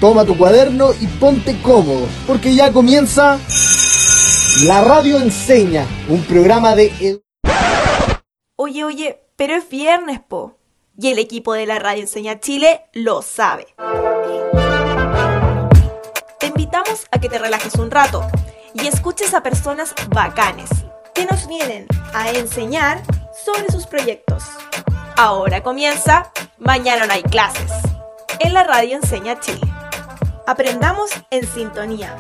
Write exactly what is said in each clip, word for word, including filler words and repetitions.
toma tu cuaderno y ponte cómodo, porque ya comienza La Radio Enseña, un programa de... Oye, oye, pero es viernes, po. Y el equipo de la Radio Enseña Chile lo sabe. Te invitamos a que te relajes un rato y escuches a personas bacanes que nos vienen a enseñar sobre sus proyectos. Ahora comienza Mañana no hay clases, en la Radio Enseña Chile. Aprendamos en sintonía.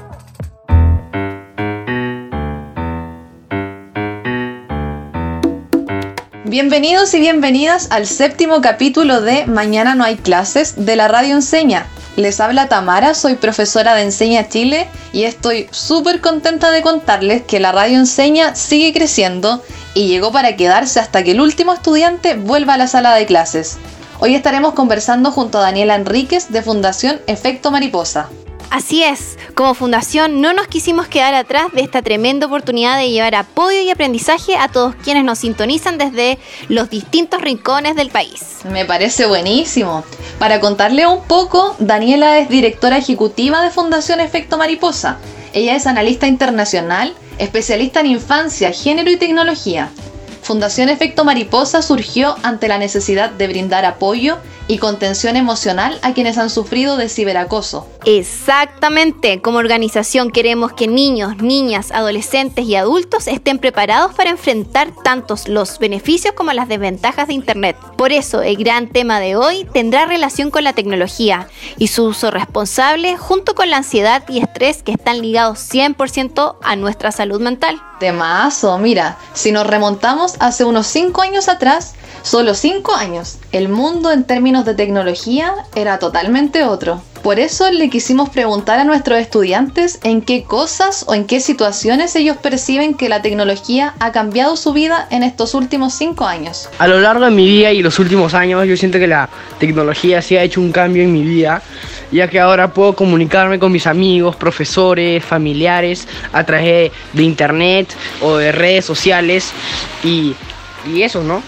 Bienvenidos y bienvenidas al séptimo capítulo de Mañana no hay clases de la Radio Enseña. Les habla Tamara, soy profesora de Enseña Chile y estoy súper contenta de contarles que la Radio Enseña sigue creciendo y llegó para quedarse hasta que el último estudiante vuelva a la sala de clases. Hoy estaremos conversando junto a Daniela Enríquez de Fundación Efecto Mariposa. Así es, como fundación no nos quisimos quedar atrás de esta tremenda oportunidad de llevar apoyo y aprendizaje a todos quienes nos sintonizan desde los distintos rincones del país. Me parece buenísimo. Para contarle un poco, Daniela es directora ejecutiva de Fundación Efecto Mariposa. Ella es analista internacional, especialista en infancia, género y tecnología. Fundación Efecto Mariposa surgió ante la necesidad de brindar apoyo y contención emocional a quienes han sufrido de ciberacoso. Exactamente, como organización queremos que niños, niñas, adolescentes y adultos estén preparados para enfrentar tantos los beneficios como las desventajas de Internet. Por eso, el gran tema de hoy tendrá relación con la tecnología y su uso responsable junto con la ansiedad y estrés que están ligados cien por ciento a nuestra salud mental. Temazo, mira, si nos remontamos hace unos cinco años atrás, solo cinco años, el mundo en términos de tecnología era totalmente otro. Por eso le quisimos preguntar a nuestros estudiantes en qué cosas o en qué situaciones ellos perciben que la tecnología ha cambiado su vida en estos últimos cinco años. A lo largo de mi vida y los últimos años yo siento que la tecnología sí ha hecho un cambio en mi vida, ya que ahora puedo comunicarme con mis amigos, profesores, familiares a través de internet o de redes sociales y, y eso, ¿no?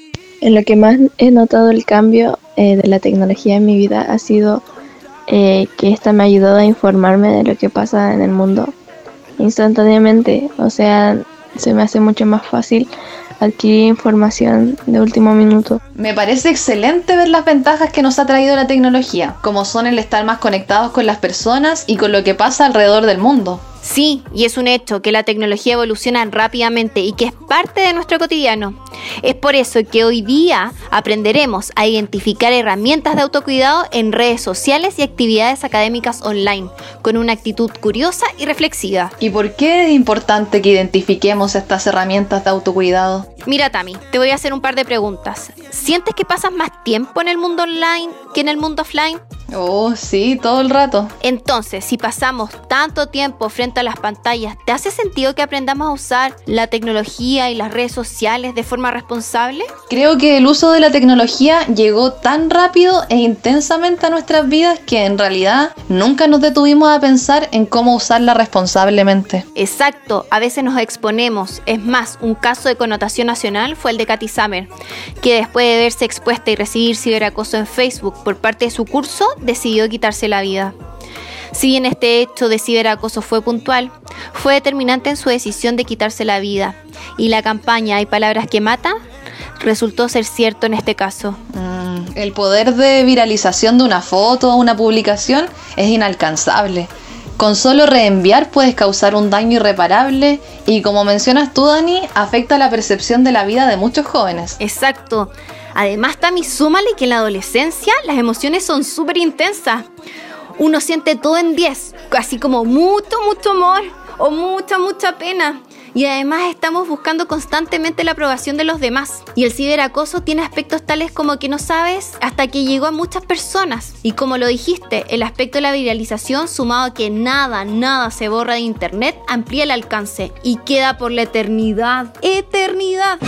En lo que más he notado el cambio eh, de la tecnología en mi vida ha sido eh, que esta me ha ayudado a informarme de lo que pasa en el mundo instantáneamente. O sea, se me hace mucho más fácil adquirir información de último minuto. Me parece excelente ver las ventajas que nos ha traído la tecnología, como son el estar más conectados con las personas y con lo que pasa alrededor del mundo. Sí, y es un hecho que la tecnología evoluciona rápidamente y que es parte de nuestro cotidiano. Es por eso que hoy día aprenderemos a identificar herramientas de autocuidado en redes sociales y actividades académicas online, con una actitud curiosa y reflexiva. ¿Y por qué es importante que identifiquemos estas herramientas de autocuidado? Mira, Tami, te voy a hacer un par de preguntas. ¿Sientes que pasas más tiempo en el mundo online que en el mundo offline? Oh, sí, todo el rato. Entonces, si pasamos tanto tiempo frente a las pantallas, ¿te hace sentido que aprendamos a usar la tecnología y las redes sociales de forma responsable? Creo que el uso de la tecnología llegó tan rápido e intensamente a nuestras vidas que en realidad nunca nos detuvimos a pensar en cómo usarla responsablemente. Exacto, a veces nos exponemos. Es más, un caso de connotación nacional fue el de Katy Summer, que después de verse expuesta y recibir ciberacoso en Facebook por parte de su curso, decidió quitarse la vida. Si bien este hecho de ciberacoso fue puntual, fue determinante en su decisión de quitarse la vida, y la campaña Hay palabras que matan resultó ser cierto en este caso. Mm, el poder de viralización de una foto o una publicación es inalcanzable. Con solo reenviar puedes causar un daño irreparable y, como mencionas tú, Dani, afecta la percepción de la vida de muchos jóvenes. Exacto. Además, Tami, súmale que en la adolescencia las emociones son súper intensas. Uno siente todo en diez, así como mucho, mucho amor o mucha, mucha pena. Y además estamos buscando constantemente la aprobación de los demás. Y el ciberacoso tiene aspectos tales como que no sabes hasta que llegó a muchas personas. Y como lo dijiste, el aspecto de la viralización, sumado a que nada, nada se borra de internet, amplía el alcance y queda por la eternidad. ¡Eternidad!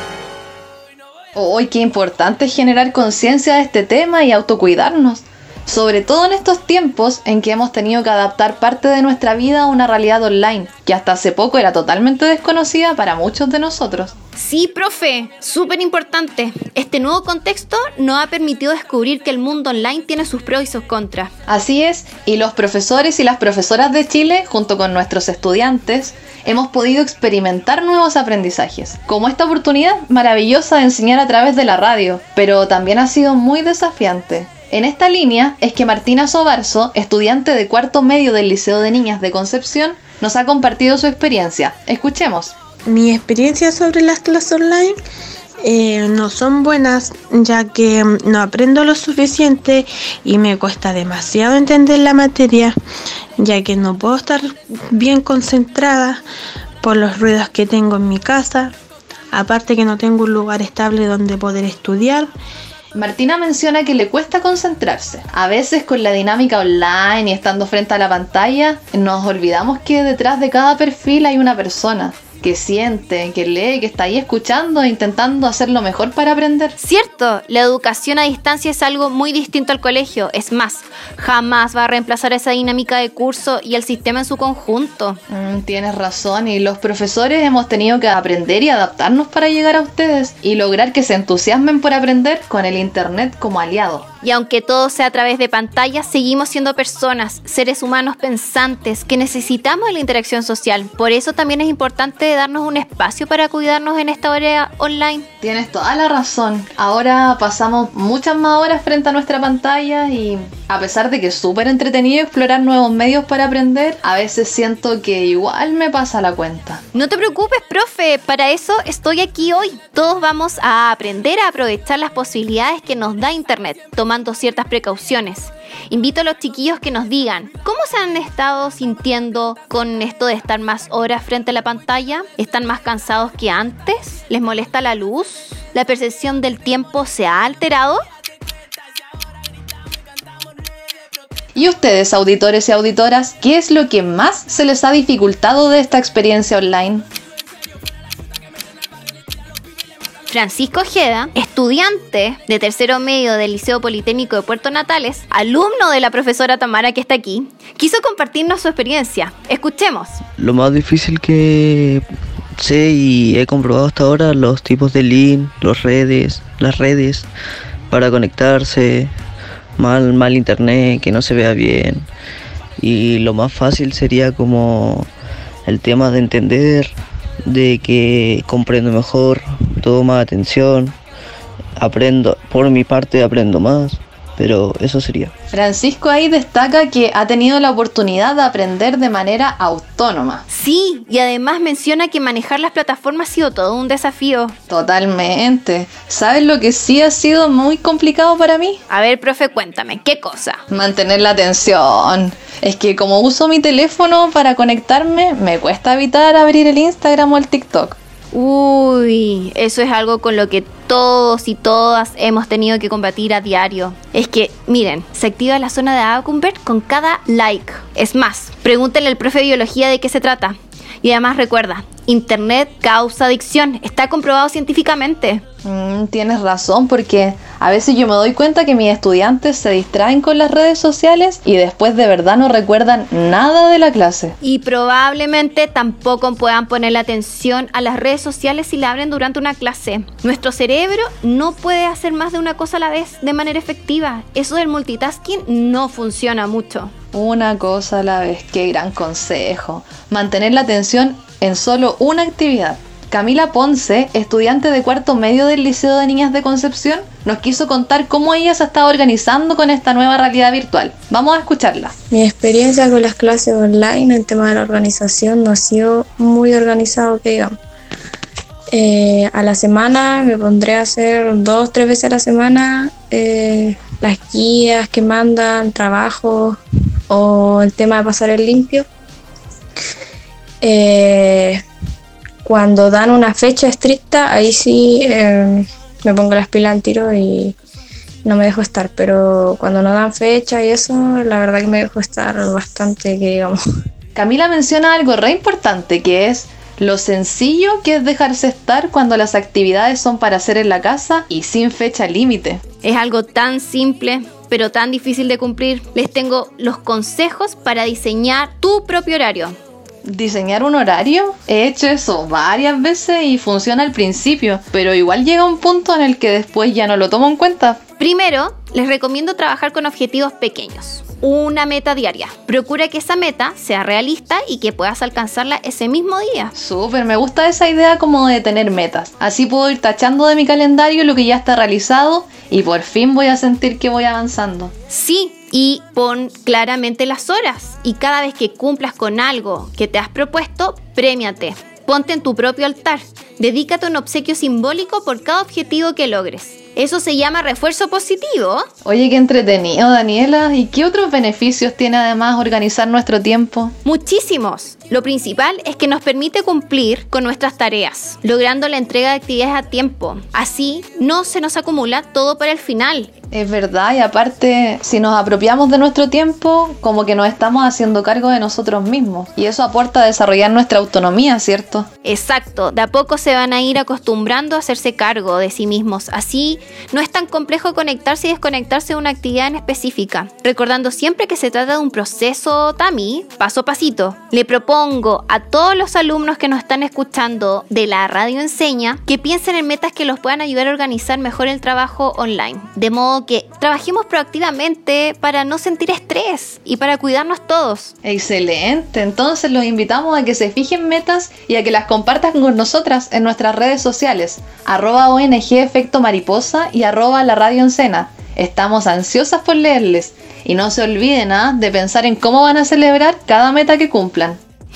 Hoy, qué importante es generar conciencia de este tema y autocuidarnos. sobre todo en estos tiempos en que hemos tenido que adaptar parte de nuestra vida a una realidad online, que hasta hace poco era totalmente desconocida para muchos de nosotros. Sí, profe, súper importante. Este nuevo contexto nos ha permitido descubrir que el mundo online tiene sus pros y sus contras. Así es, y los profesores y las profesoras de Chile, junto con nuestros estudiantes, hemos podido experimentar nuevos aprendizajes, como esta oportunidad maravillosa de enseñar a través de la radio, pero también ha sido muy desafiante. En esta línea es que Martina Sobarzo, estudiante de cuarto medio del Liceo de Niñas de Concepción, nos ha compartido su experiencia. Escuchemos. Mi experiencia sobre las clases online eh, no son buenas, ya que no aprendo lo suficiente y me cuesta demasiado entender la materia, ya que no puedo estar bien concentrada por los ruidos que tengo en mi casa, aparte que no tengo un lugar estable donde poder estudiar. Martina menciona que le cuesta concentrarse. A veces con la dinámica online y estando frente a la pantalla, nos olvidamos que detrás de cada perfil hay una persona que siente, que lee, que está ahí escuchando e intentando hacer lo mejor para aprender. Cierto, la educación a distancia es algo muy distinto al colegio. Es más, jamás va a reemplazar esa dinámica de curso y el sistema en su conjunto. Mm, tienes razón, y los profesores hemos tenido que aprender y adaptarnos para llegar a ustedes y lograr que se entusiasmen por aprender con el internet como aliado. Y aunque todo sea a través de pantallas, seguimos siendo personas, seres humanos pensantes, que necesitamos de la interacción social. Por eso también es importante darnos un espacio para cuidarnos en esta hora online. Tienes toda la razón. Ahora pasamos muchas más horas frente a nuestra pantalla y a pesar de que es súper entretenido explorar nuevos medios para aprender, a veces siento que igual me pasa la cuenta. No te preocupes, profe, para eso estoy aquí hoy. Todos vamos a aprender a aprovechar las posibilidades que nos da internet, tomando ciertas precauciones. Invito a los chiquillos que nos digan ¿cómo se han estado sintiendo con esto de estar más horas frente a la pantalla? ¿Están más cansados que antes? ¿Les molesta la luz? ¿La percepción del tiempo se ha alterado? ¿Y ustedes, auditores y auditoras, qué es lo que más se les ha dificultado de esta experiencia online? Francisco Ojeda, estudiante de tercero medio del Liceo Politécnico de Puerto Natales, alumno de la profesora Tamara que está aquí, quiso compartirnos su experiencia. Escuchemos. Lo más difícil que sé y he comprobado hasta ahora, los tipos de link, las redes, las redes para conectarse, mal, mal internet, que no se vea bien. Y lo más fácil sería como el tema de entender, de que comprendo mejor, tomo más atención, aprendo, por mi parte aprendo más, pero eso sería. Francisco ahí destaca que ha tenido la oportunidad de aprender de manera autónoma. Sí, y además menciona que manejar las plataformas ha sido todo un desafío. Totalmente. ¿Sabes lo que sí ha sido muy complicado para mí? A ver, profe, cuéntame, ¿qué cosa? Mantener la atención. Es que como uso mi teléfono para conectarme, me cuesta evitar abrir el Instagram o el TikTok. Uy, eso es algo con lo que todos y todas hemos tenido que combatir a diario. Es que, miren, se activa la zona de Aukenberg con cada like. Es más, pregúntenle al profe de biología de qué se trata. Y además recuerda, internet causa adicción, está comprobado científicamente. Mm, tienes razón, porque a veces yo me doy cuenta que mis estudiantes se distraen con las redes sociales y después de verdad no recuerdan nada de la clase. Y probablemente tampoco puedan poner la atención a las redes sociales si la abren durante una clase. Nuestro cerebro no puede hacer más de una cosa a la vez de manera efectiva. Eso del multitasking no funciona mucho. Una cosa a la vez, qué gran consejo. Mantener la atención en solo una actividad. Camila Ponce, estudiante de cuarto medio del Liceo de Niñas de Concepción, nos quiso contar cómo ella se ha estado organizando con esta nueva realidad virtual. Vamos a escucharla. Mi experiencia con las clases online, el tema de la organización, no ha sido muy organizado, que digamos. Eh, a la semana me pondré a hacer dos, tres veces a la semana eh, las guías que mandan, trabajo o el tema de pasar el limpio. Eh, cuando dan una fecha estricta, ahí sí eh, me pongo las pilas al tiro y no me dejo estar, pero cuando no dan fecha y eso, la verdad que me dejo estar bastante, que digamos. Camila menciona algo re importante, que es lo sencillo que es dejarse estar cuando las actividades son para hacer en la casa y sin fecha límite. Es algo tan simple. pero tan difícil de cumplir. Les tengo los consejos para diseñar tu propio horario. ¿Diseñar un horario? He hecho eso varias veces y funciona al principio, pero igual llega un punto en el que después ya no lo tomo en cuenta. Primero, les recomiendo trabajar con objetivos pequeños. Una meta diaria. Procura que esa meta sea realista y que puedas alcanzarla ese mismo día. Súper, me gusta esa idea como de tener metas. Así puedo ir tachando de mi calendario lo que ya está realizado y por fin voy a sentir que voy avanzando. Sí, y pon claramente las horas. Y cada vez que cumplas con algo que te has propuesto, prémiate. Ponte en tu propio altar. Dedícate a un obsequio simbólico por cada objetivo que logres. Eso se llama refuerzo positivo. Oye, qué entretenido, Daniela. ¿Y qué otros beneficios tiene además organizar nuestro tiempo? Muchísimos. Lo principal es que nos permite cumplir con nuestras tareas, logrando la entrega de actividades a tiempo. Así no se nos acumula todo para el final. Es verdad, y aparte, si nos apropiamos de nuestro tiempo, como que nos estamos haciendo cargo de nosotros mismos. Y eso aporta a desarrollar nuestra autonomía, ¿cierto? Exacto. De a poco se van a ir acostumbrando a hacerse cargo de sí mismos. Así no es tan complejo conectarse y desconectarse de una actividad en específica. Recordando siempre que se trata de un proceso Tami, paso a pasito. Le propongo a todos los alumnos que nos están escuchando de la Radio Enseña que piensen en metas que los puedan ayudar a organizar mejor el trabajo online. De modo que trabajemos proactivamente para no sentir estrés y para cuidarnos todos. Excelente, entonces los invitamos a que se fijen metas y a que las compartan con nosotras en nuestras redes sociales, arroba O N G Efecto Mariposa y arroba la Radio Encena. Estamos ansiosas por leerles y no se olviden ¿eh? de pensar en cómo van a celebrar cada meta que cumplan.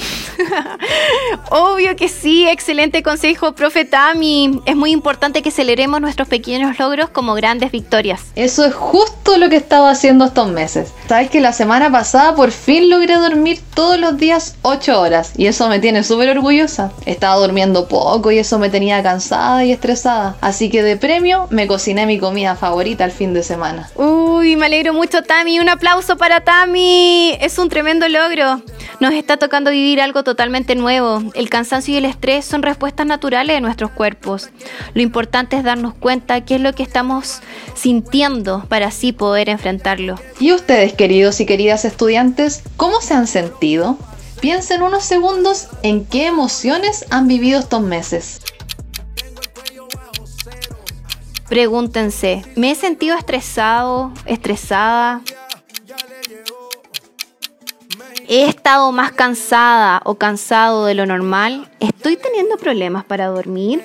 Obvio que sí, excelente consejo, profe Tami. Es muy importante que celebremos nuestros pequeños logros como grandes victorias. Eso es justo lo que estaba haciendo estos meses. Sabes que la semana pasada por fin logré dormir todos los días ocho horas y eso me tiene súper orgullosa. Estaba durmiendo poco y eso me tenía cansada y estresada. Así que de premio me cociné mi comida favorita el fin de semana. Uy, me alegro mucho, Tami. Un aplauso para Tami. Es un tremendo logro. Nos está tocando vivir algo totalmente nuevo. El cansancio y el estrés son respuestas naturales de nuestros cuerpos. Lo importante es darnos cuenta qué es lo que estamos sintiendo para así poder enfrentarlo. ¿Y ustedes, queridos y queridas estudiantes, cómo se han sentido? Piensen unos segundos en qué emociones han vivido estos meses. Pregúntense, ¿me he sentido estresado, estresada? ¿He estado más cansada o cansado de lo normal? ¿Estoy teniendo problemas para dormir?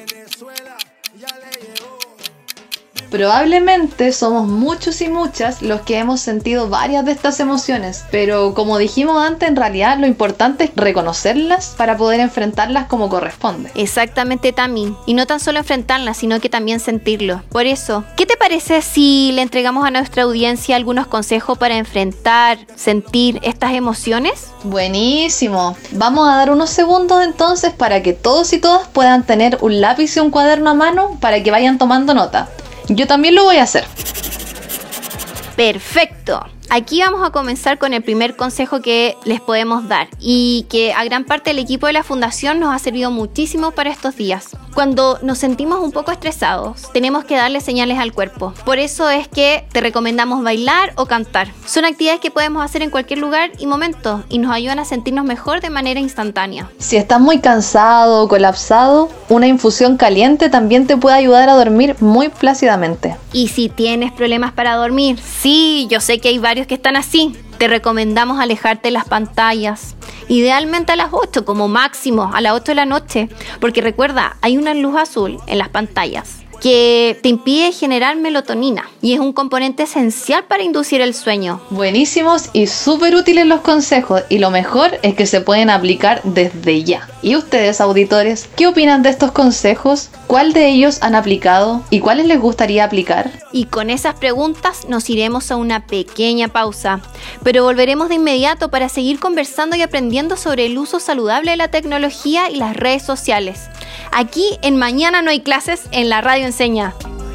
Probablemente somos muchos y muchas los que hemos sentido varias de estas emociones, pero como dijimos antes, en realidad lo importante es reconocerlas para poder enfrentarlas como corresponde. Exactamente, Tami. Y no tan solo enfrentarlas, sino que también sentirlo. Por eso, ¿qué te parece si le entregamos a nuestra audiencia algunos consejos para enfrentar, sentir estas emociones? Buenísimo. Vamos a dar unos segundos entonces para que todos y todas puedan tener un lápiz y un cuaderno a mano para que vayan tomando nota. Yo también lo voy a hacer. Perfecto. Aquí vamos a comenzar con el primer consejo que les podemos dar y que a gran parte del equipo de la Fundación nos ha servido muchísimo para estos días. Cuando nos sentimos un poco estresados, tenemos que darle señales al cuerpo. Por eso es que te recomendamos bailar o cantar. Son actividades que podemos hacer en cualquier lugar y momento y nos ayudan a sentirnos mejor de manera instantánea. Si estás muy cansado o colapsado, una infusión caliente también te puede ayudar a dormir muy plácidamente. Y si tienes problemas para dormir, sí, yo sé que hay varios que están así. Te recomendamos alejarte de las pantallas, idealmente a las ocho como máximo, a las ocho de la noche, porque recuerda, hay una luz azul en las pantallas que te impide generar melatonina y es un componente esencial para inducir el sueño. Buenísimos y súper útiles los consejos y lo mejor es que se pueden aplicar desde ya. ¿Y ustedes, auditores, qué opinan de estos consejos? ¿Cuál de ellos han aplicado y cuáles les gustaría aplicar? Y con esas preguntas nos iremos a una pequeña pausa, pero volveremos de inmediato para seguir conversando y aprendiendo sobre el uso saludable de la tecnología y las redes sociales. Aquí en Mañana No Hay Clases en la Radio Enseña.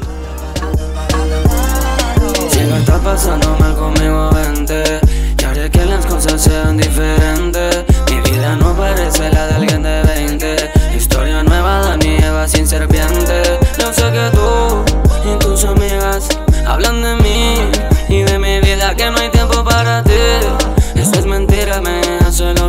Si no está pasando mal conmigo, vente y haré que las cosas sean diferentes. Mi vida no parece la de alguien de veinte. Historia nueva, Dani Eva sin serpiente. Yo sé que tú y tus amigas hablan de mí y de mi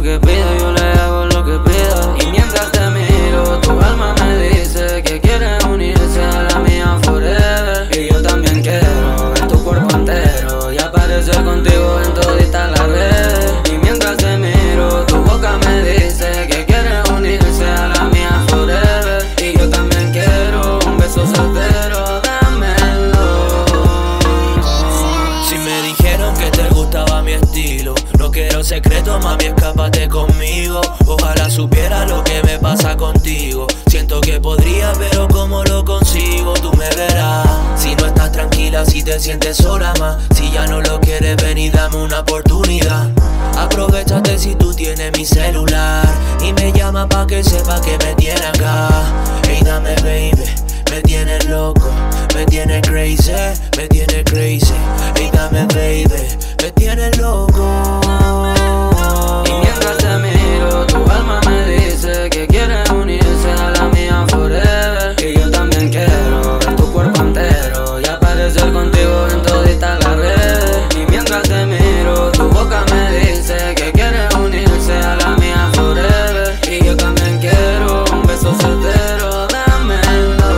que pide, yo le hago lo que pida. Y mientras te miro, tu alma me dice que quiere unirse a la mía forever. Y yo también quiero ver tu cuerpo entero y aparecer contigo en toditas las redes. Y mientras te miro, tu boca me dice que quiere unirse a la mía forever. Y yo también quiero un beso soltero, dámelo. Si me dijeron que te gustaba mi estilo, no quiero secretos, mami, escápate conmigo. Ojalá supiera lo que me pasa contigo. Siento que podría, pero ¿cómo lo consigo? Tú me verás. Si no estás tranquila, si te sientes sola más, si ya no lo quieres, ven y dame una oportunidad. Aprovechate si tú tienes mi celular y me llama pa' que sepa que me tiene acá. Hey, dame baby, me tienes loco, me tienes crazy, me tienes crazy. Hey, dame baby, me tienes loco. Y mientras te miro, tu alma me dice que quiere unirse a la mía forever. Y yo también quiero ver tu cuerpo entero y aparecer contigo en toditas las redes. Y mientras te miro, tu boca me dice que quiere unirse a la mía forever. Y yo también quiero un beso soltero, dámelo.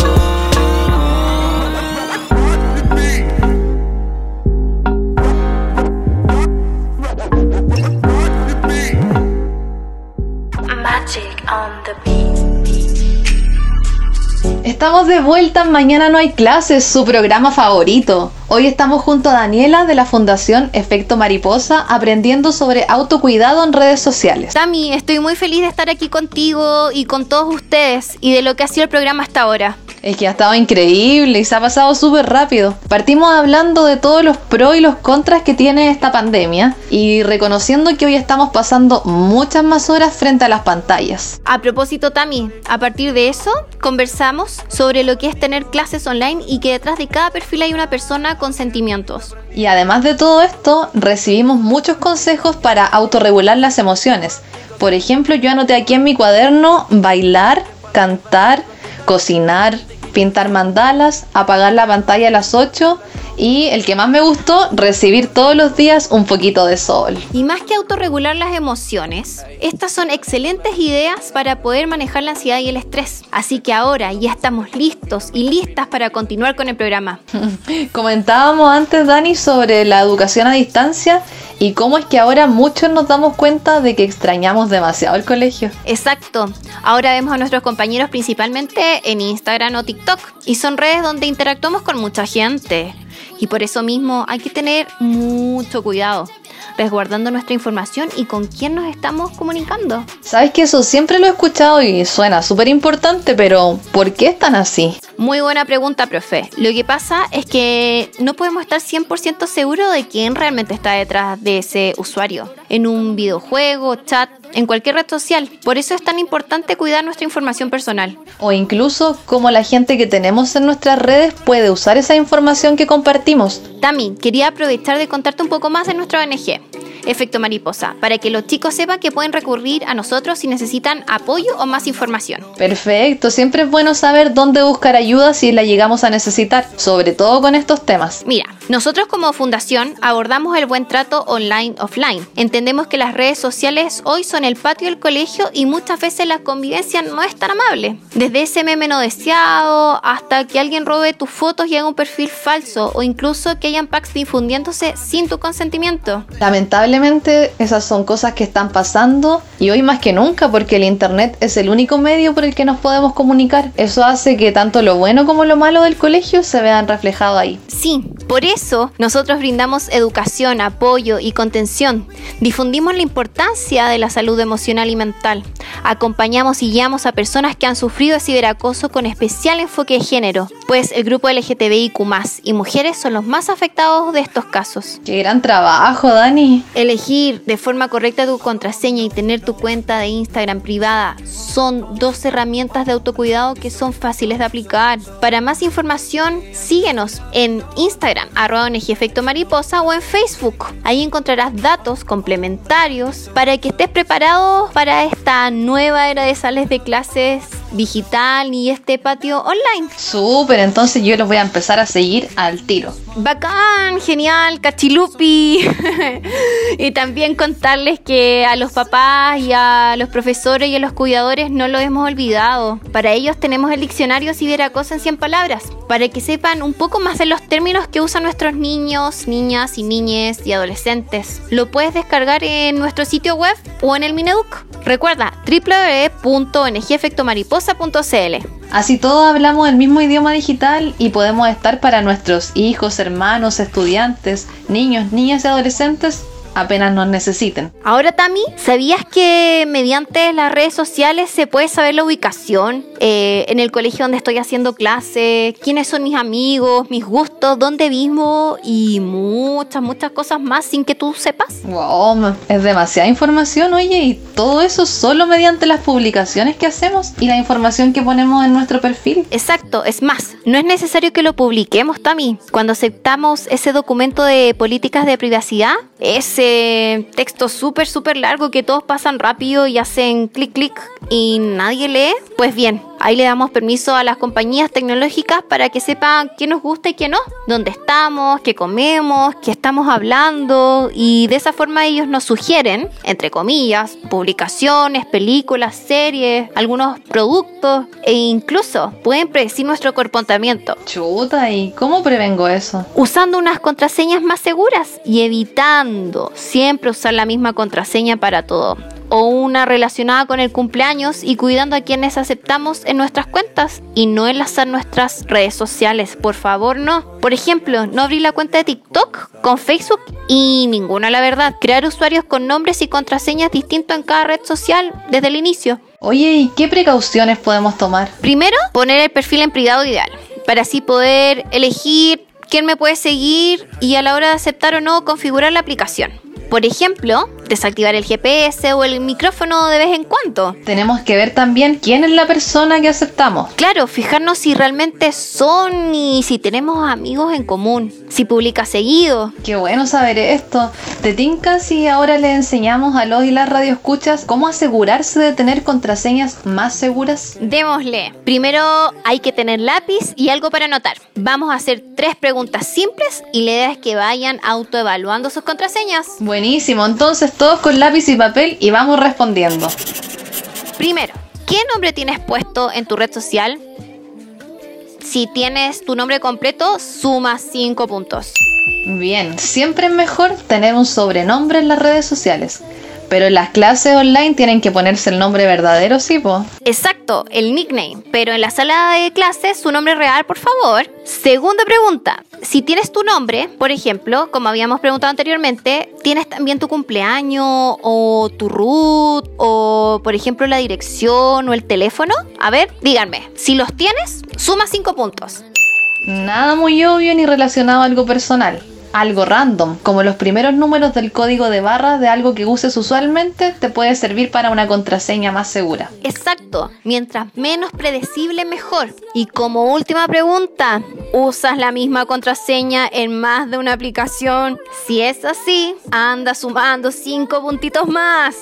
Magic on the beat. Estamos de vuelta en Mañana No Hay Clases, su programa favorito. Hoy estamos junto a Daniela de la Fundación Efecto Mariposa, aprendiendo sobre autocuidado en redes sociales. Tami, estoy muy feliz de estar aquí contigo y con todos ustedes y de lo que ha sido el programa hasta ahora. Es que ha estado increíble y se ha pasado súper rápido. Partimos hablando de todos los pros y los contras que tiene esta pandemia y reconociendo que hoy estamos pasando muchas más horas frente a las pantallas. A propósito, Tami, a partir de eso conversamos sobre lo que es tener clases online y que detrás de cada perfil hay una persona con sentimientos. Y además de todo esto, recibimos muchos consejos para autorregular las emociones. Por ejemplo, yo anoté aquí en mi cuaderno bailar, cantar, cocinar, pintar mandalas, apagar la pantalla a las ocho y el que más me gustó, recibir todos los días un poquito de sol. Y más que autorregular las emociones, estas son excelentes ideas para poder manejar la ansiedad y el estrés. Así que ahora ya estamos listos y listas para continuar con el programa. Comentábamos antes, Dani, sobre la educación a distancia y cómo es que ahora muchos nos damos cuenta de que extrañamos demasiado el colegio. Exacto. Ahora vemos a nuestros compañeros principalmente en Instagram o TikTok y son redes donde interactuamos con mucha gente. Y por eso mismo hay que tener mucho cuidado, resguardando nuestra información y con quién nos estamos comunicando. Sabes que eso siempre lo he escuchado y suena súper importante, pero ¿por qué es tan así? Muy buena pregunta, profe. Lo que pasa es que no podemos estar cien por ciento seguros de quién realmente está detrás de ese usuario. En un videojuego, chat, en cualquier red social. Por eso es tan importante cuidar nuestra información personal. O incluso cómo la gente que tenemos en nuestras redes puede usar esa información que compartimos. Tami, quería aprovechar de contarte un poco más de nuestra O N G, Efecto Mariposa, para que los chicos sepan que pueden recurrir a nosotros si necesitan apoyo o más información. Perfecto, siempre es bueno saber dónde buscar ayuda si la llegamos a necesitar, sobre todo con estos temas. Mira, nosotros como fundación abordamos el buen trato online-offline. Entendemos que las redes sociales hoy son el patio del colegio y muchas veces la convivencia no es tan amable. Desde ese meme no deseado hasta que alguien robe tus fotos y haga un perfil falso o incluso que hayan packs difundiéndose sin tu consentimiento. Lamentablemente esas son cosas que están pasando y hoy más que nunca porque el internet es el único medio por el que nos podemos comunicar. Eso hace que tanto lo bueno como lo malo del colegio se vean reflejados ahí. Sí, por eso nosotros brindamos educación, apoyo y contención. Difundimos la importancia de la salud emocional y mental. Acompañamos y guiamos a personas que han sufrido de ciberacoso con especial enfoque de género, pues el grupo L G T B I Q más, y mujeres son los más afectados de estos casos. ¡Qué gran trabajo, Dani! Elegir de forma correcta tu contraseña y tener tu cuenta de Instagram privada son dos herramientas de autocuidado que son fáciles de aplicar. Para más información, síguenos en Instagram, arroba O N G Efecto Mariposa, o en Facebook. Ahí encontrarás datos complementarios para que estés preparado para esta nueva era de sales de clases digital y este patio online. Súper, entonces yo los voy a empezar a seguir al tiro. Bacán, genial, cachilupi. Y también contarles que a los papás y a los profesores y a los cuidadores no lo hemos olvidado. Para ellos tenemos el diccionario Ciberacoso en cien palabras, para que sepan un poco más de los términos que usan nuestros niños, niñas y niñes y adolescentes. Lo puedes descargar en nuestro sitio web o en el Mineduc. Recuerda, doble u doble u doble u punto o ene ge efecto mariposa punto ce ele. Así todos hablamos el mismo idioma digital y podemos estar para nuestros hijos, hermanos, estudiantes, niños, niñas y adolescentes apenas nos necesiten. Ahora, Tami, ¿sabías que mediante las redes sociales se puede saber la ubicación eh, en el colegio donde estoy haciendo clase, quiénes son mis amigos, mis gustos, dónde vivo y muchas, muchas cosas más sin que tú sepas? Wow, es demasiada información, oye, y todo eso solo mediante las publicaciones que hacemos y la información que ponemos en nuestro perfil. Exacto, es más, no es necesario que lo publiquemos, Tami. Cuando aceptamos ese documento de políticas de privacidad, ese texto súper, súper largo que todos pasan rápido y hacen clic, clic y nadie lee, pues bien, ahí le damos permiso a las compañías tecnológicas para que sepan qué nos gusta y qué no, dónde estamos, qué comemos, qué estamos hablando, y de esa forma ellos nos sugieren, entre comillas, publicaciones, películas, series, algunos productos e incluso pueden predecir nuestro comportamiento. Chuta, ¿y cómo prevengo eso? Usando unas contraseñas más seguras y evitando siempre usar la misma contraseña para todo, o una relacionada con el cumpleaños, y cuidando a quienes aceptamos en nuestras cuentas y no enlazar nuestras redes sociales, por favor no. Por ejemplo, no abrir la cuenta de TikTok con Facebook y ninguna, la verdad. Crear usuarios con nombres y contraseñas distintos en cada red social desde el inicio. Oye, ¿y qué precauciones podemos tomar? Primero, poner el perfil en privado ideal, para así poder elegir quién me puede seguir y a la hora de aceptar o no configurar la aplicación. Por ejemplo, desactivar el ge pe ese o el micrófono de vez en cuando. Tenemos que ver también quién es la persona que aceptamos. Claro, fijarnos si realmente son y si tenemos amigos en común, si publica seguido. Qué bueno saber esto. ¿Te tinca si ahora le enseñamos a los y las radioescuchas cómo asegurarse de tener contraseñas más seguras? Démosle. Primero hay que tener lápiz y algo para anotar. Vamos a hacer tres preguntas simples y la idea es que vayan autoevaluando sus contraseñas. Buenísimo, entonces todos con lápiz y papel y vamos respondiendo. Primero, ¿qué nombre tienes puesto en tu red social? Si tienes tu nombre completo, suma cinco puntos. Bien, siempre es mejor tener un sobrenombre en las redes sociales. Pero en las clases online tienen que ponerse el nombre verdadero, ¿sí, po? Exacto, el nickname. Pero en la sala de clases, su nombre real, por favor. Segunda pregunta. Si tienes tu nombre, por ejemplo, como habíamos preguntado anteriormente, ¿tienes también tu cumpleaños o tu root o, por ejemplo, la dirección o el teléfono? A ver, díganme. Si los tienes, suma cinco puntos. Nada muy obvio ni relacionado a algo personal. Algo random, como los primeros números del código de barras de algo que uses usualmente, te puede servir para una contraseña más segura. Exacto, mientras menos predecible mejor. Y como última pregunta, ¿usas la misma contraseña en más de una aplicación? Si es así, anda sumando cinco puntitos más.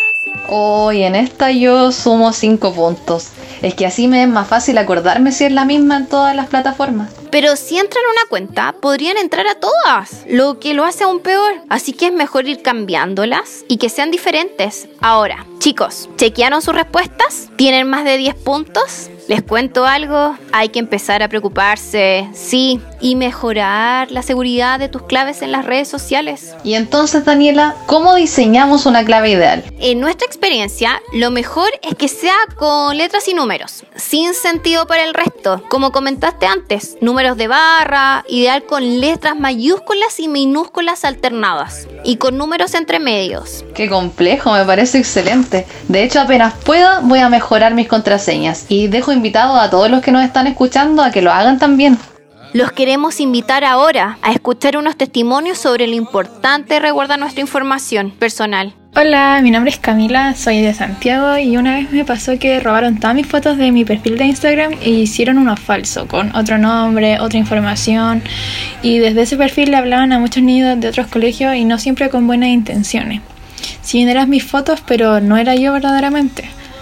Hoy en esta yo sumo cinco puntos. Es que así me es más fácil acordarme si es la misma en todas las plataformas. Pero si entran a una cuenta, podrían entrar a todas, lo que lo hace aún peor. Así que es mejor ir cambiándolas y que sean diferentes. Ahora, chicos, ¿chequearon sus respuestas? ¿Tienen más de diez puntos? Les cuento algo, hay que empezar a preocuparse, sí, y mejorar la seguridad de tus claves en las redes sociales. Y entonces, Daniela, ¿cómo diseñamos una clave ideal? En nuestra experiencia, lo mejor es que sea con letras y números, sin sentido para el resto. Como comentaste antes, números de barra, ideal con letras mayúsculas y minúsculas alternadas, y con números entre medios. Qué complejo, me parece excelente. De hecho, apenas pueda, voy a mejorar mis contraseñas y dejo invitado a todos los que nos están escuchando a que lo hagan también. Los queremos invitar ahora a escuchar unos testimonios sobre lo importante de resguardar nuestra información personal. Hola, mi nombre es Camila, soy de Santiago y una vez me pasó que robaron todas mis fotos de mi perfil de Instagram e hicieron uno falso, con otro nombre, otra información, y desde ese perfil le hablaban a muchos niños de otros colegios y no siempre con buenas intenciones. Si bien eran mis fotos, pero no era yo verdaderamente.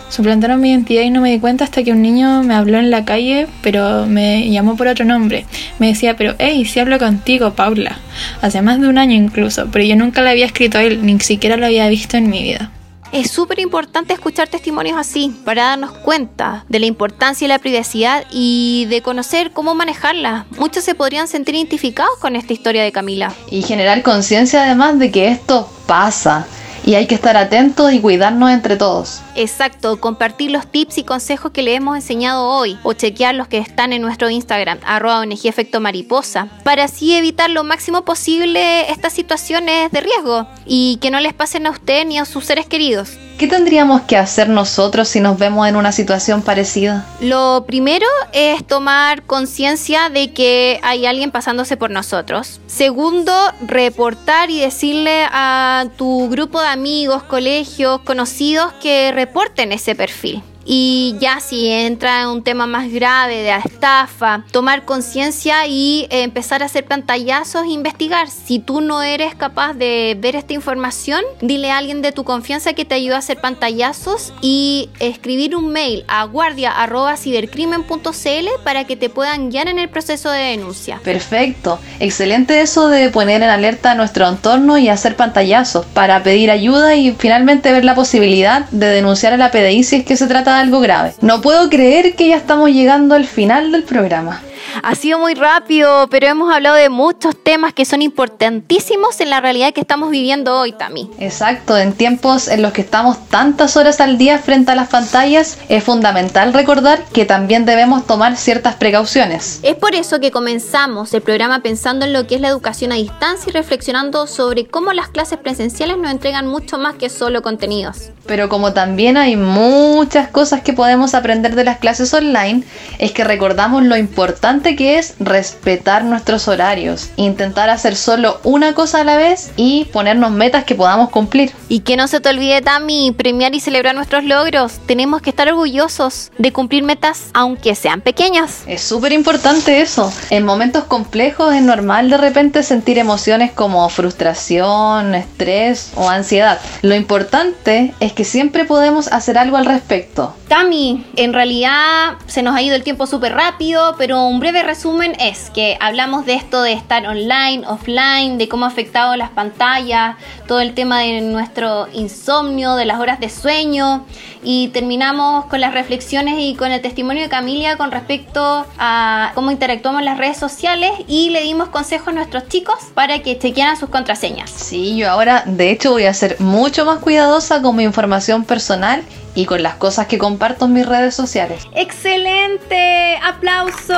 Suplantaron mi identidad y no me di cuenta hasta que un niño me habló en la calle, pero me llamó por otro nombre. Me decía, pero hey, sí hablo contigo, Paula. Hace más de un año incluso, pero yo nunca le había escrito a él, ni siquiera lo había visto en mi vida. Es súper importante escuchar testimonios así para darnos cuenta de la importancia de la privacidad y de conocer cómo manejarla. Muchos se podrían sentir identificados con esta historia de Camila. Y generar conciencia además de que esto pasa y hay que estar atentos y cuidarnos entre todos. Exacto, compartir los tips y consejos que le hemos enseñado hoy o chequear los que están en nuestro Instagram, arroba O N G Efecto Mariposa, para así evitar lo máximo posible estas situaciones de riesgo y que no les pasen a usted ni a sus seres queridos. ¿Qué tendríamos que hacer nosotros si nos vemos en una situación parecida? Lo primero es tomar conciencia de que hay alguien pasándose por nosotros. Segundo, reportar y decirle a tu grupo de amigos, colegios, conocidos que reporten ese perfil. Y ya si entra en un tema más grave de estafa, tomar conciencia y eh, empezar a hacer pantallazos e investigar. Si tú no eres capaz de ver esta información, dile a alguien de tu confianza que te ayude a hacer pantallazos y escribir un mail a guardia arroba cibercrimen punto c l para que te puedan guiar en el proceso de denuncia. Perfecto, excelente eso de poner en alerta a nuestro entorno y hacer pantallazos para pedir ayuda y finalmente ver la posibilidad de denunciar a la P D I si es que se trata de algo grave. No puedo creer que ya estamos llegando al final del programa. Ha sido muy rápido, pero hemos hablado de muchos temas que son importantísimos en la realidad que estamos viviendo hoy, Tami. Exacto, en tiempos en los que estamos tantas horas al día frente a las pantallas, es fundamental recordar que también debemos tomar ciertas precauciones. Es por eso que comenzamos el programa pensando en lo que es la educación a distancia y reflexionando sobre cómo las clases presenciales nos entregan mucho más que solo contenidos. Pero como también hay muchas cosas que podemos aprender de las clases online, es que recordamos lo importante que es respetar nuestros horarios, intentar hacer solo una cosa a la vez y ponernos metas que podamos cumplir. Y que no se te olvide, Tami, premiar y celebrar nuestros logros. Tenemos que estar orgullosos de cumplir metas aunque sean pequeñas. Es súper importante eso. En momentos complejos es normal de repente sentir emociones como frustración, estrés o ansiedad. Lo importante es que siempre podemos hacer algo al respecto. Tami, en realidad se nos ha ido el tiempo súper rápido, pero un breve resumen es que hablamos de esto de estar online, offline, de cómo ha afectado las pantallas, todo el tema de nuestro insomnio, de las horas de sueño, y terminamos con las reflexiones y con el testimonio de Camila con respecto a cómo interactuamos en las redes sociales y le dimos consejos a nuestros chicos para que chequearan sus contraseñas. Sí, yo ahora de hecho voy a ser mucho más cuidadosa con mi información personal y con las cosas que comparto en mis redes sociales. ¡Excelente! ¡Aplauso!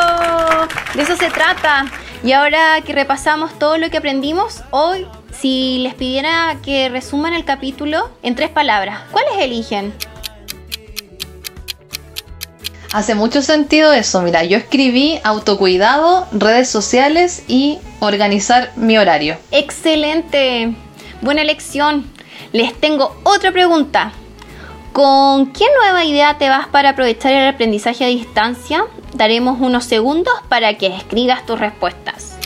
De eso se trata. Y ahora que repasamos todo lo que aprendimos, hoy, si les pidiera que resuman el capítulo en tres palabras, ¿cuáles eligen? Hace mucho sentido eso. Mira, yo escribí autocuidado, redes sociales y organizar mi horario. ¡Excelente! Buena elección. Les tengo otra pregunta. ¿Con qué nueva idea te vas para aprovechar el aprendizaje a distancia? Daremos unos segundos para que escribas tus respuestas.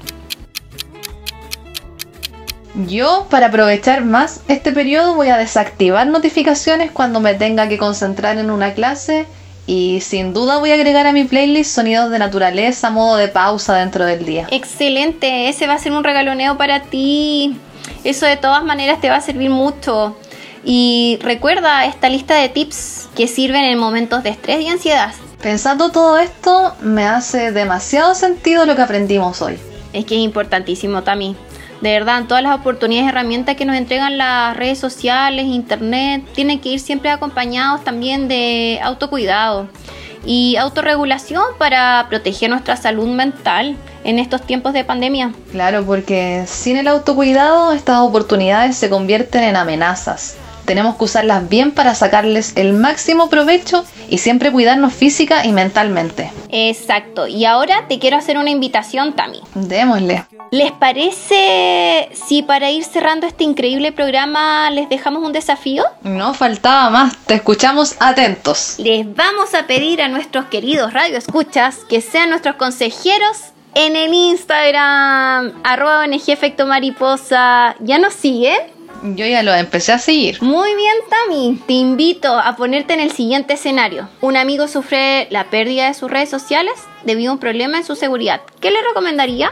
Yo, para aprovechar más este periodo, voy a desactivar notificaciones cuando me tenga que concentrar en una clase y sin duda voy a agregar a mi playlist sonidos de naturaleza, modo de pausa dentro del día. Excelente, ese va a ser un regaloneo para ti. Eso de todas maneras te va a servir mucho. Y recuerda esta lista de tips que sirven en momentos de estrés y ansiedad. Pensando todo esto, me hace demasiado sentido lo que aprendimos hoy. Es que es importantísimo, Tami. De verdad, todas las oportunidades y herramientas que nos entregan las redes sociales, internet, tienen que ir siempre acompañados también de autocuidado y autorregulación para proteger nuestra salud mental en estos tiempos de pandemia. Claro, porque sin el autocuidado estas oportunidades se convierten en amenazas. Tenemos que usarlas bien para sacarles el máximo provecho y siempre cuidarnos física y mentalmente. Exacto. Y ahora te quiero hacer una invitación, Tami. Démosle. ¿Les parece si para ir cerrando este increíble programa les dejamos un desafío? No faltaba más. Te escuchamos atentos. Les vamos a pedir a nuestros queridos radioescuchas que sean nuestros consejeros en el Instagram, arroba O N G Efecto Mariposa. ¿Ya nos siguen? Yo ya lo empecé a seguir. Muy bien, Tami. Te invito a ponerte en el siguiente escenario. Un amigo sufre la pérdida de sus redes sociales debido a un problema en su seguridad. ¿Qué le recomendarías?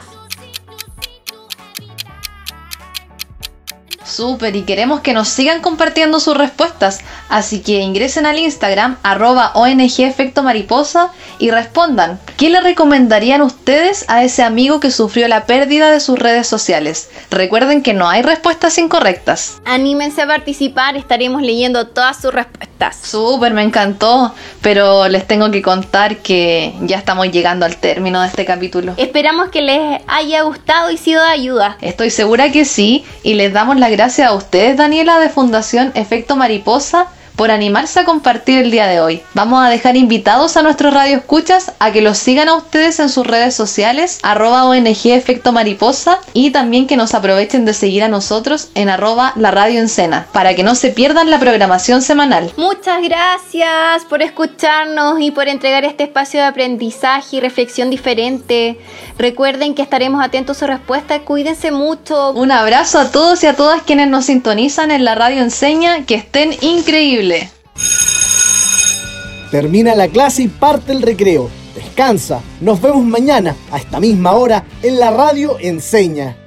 Súper, y queremos que nos sigan compartiendo sus respuestas, así que ingresen al Instagram arroba O N G Efecto Mariposa y respondan, ¿qué le recomendarían ustedes a ese amigo que sufrió la pérdida de sus redes sociales? Recuerden que no hay respuestas incorrectas. Anímense a participar, estaremos leyendo todas sus respuestas. Súper, me encantó, pero les tengo que contar que ya estamos llegando al término de este capítulo. Esperamos que les haya gustado y sido de ayuda. Estoy segura que sí, y les damos las gracias a ustedes, Daniela, de Fundación Efecto Mariposa, por animarse a compartir el día de hoy. Vamos a dejar invitados a nuestros radioescuchas a que los sigan a ustedes en sus redes sociales, arroba O N G Efecto Mariposa, y también que nos aprovechen de seguir a nosotros en arroba la radio encena, para que no se pierdan la programación semanal. Muchas gracias por escucharnos y por entregar este espacio de aprendizaje y reflexión diferente. Recuerden que estaremos atentos a su respuesta. Cuídense mucho. Un abrazo a todos y a todas quienes nos sintonizan en la radio enseña. Que estén increíbles. Termina la clase y parte el recreo. Descansa. Nos vemos mañana a esta misma hora en la radio Enseña.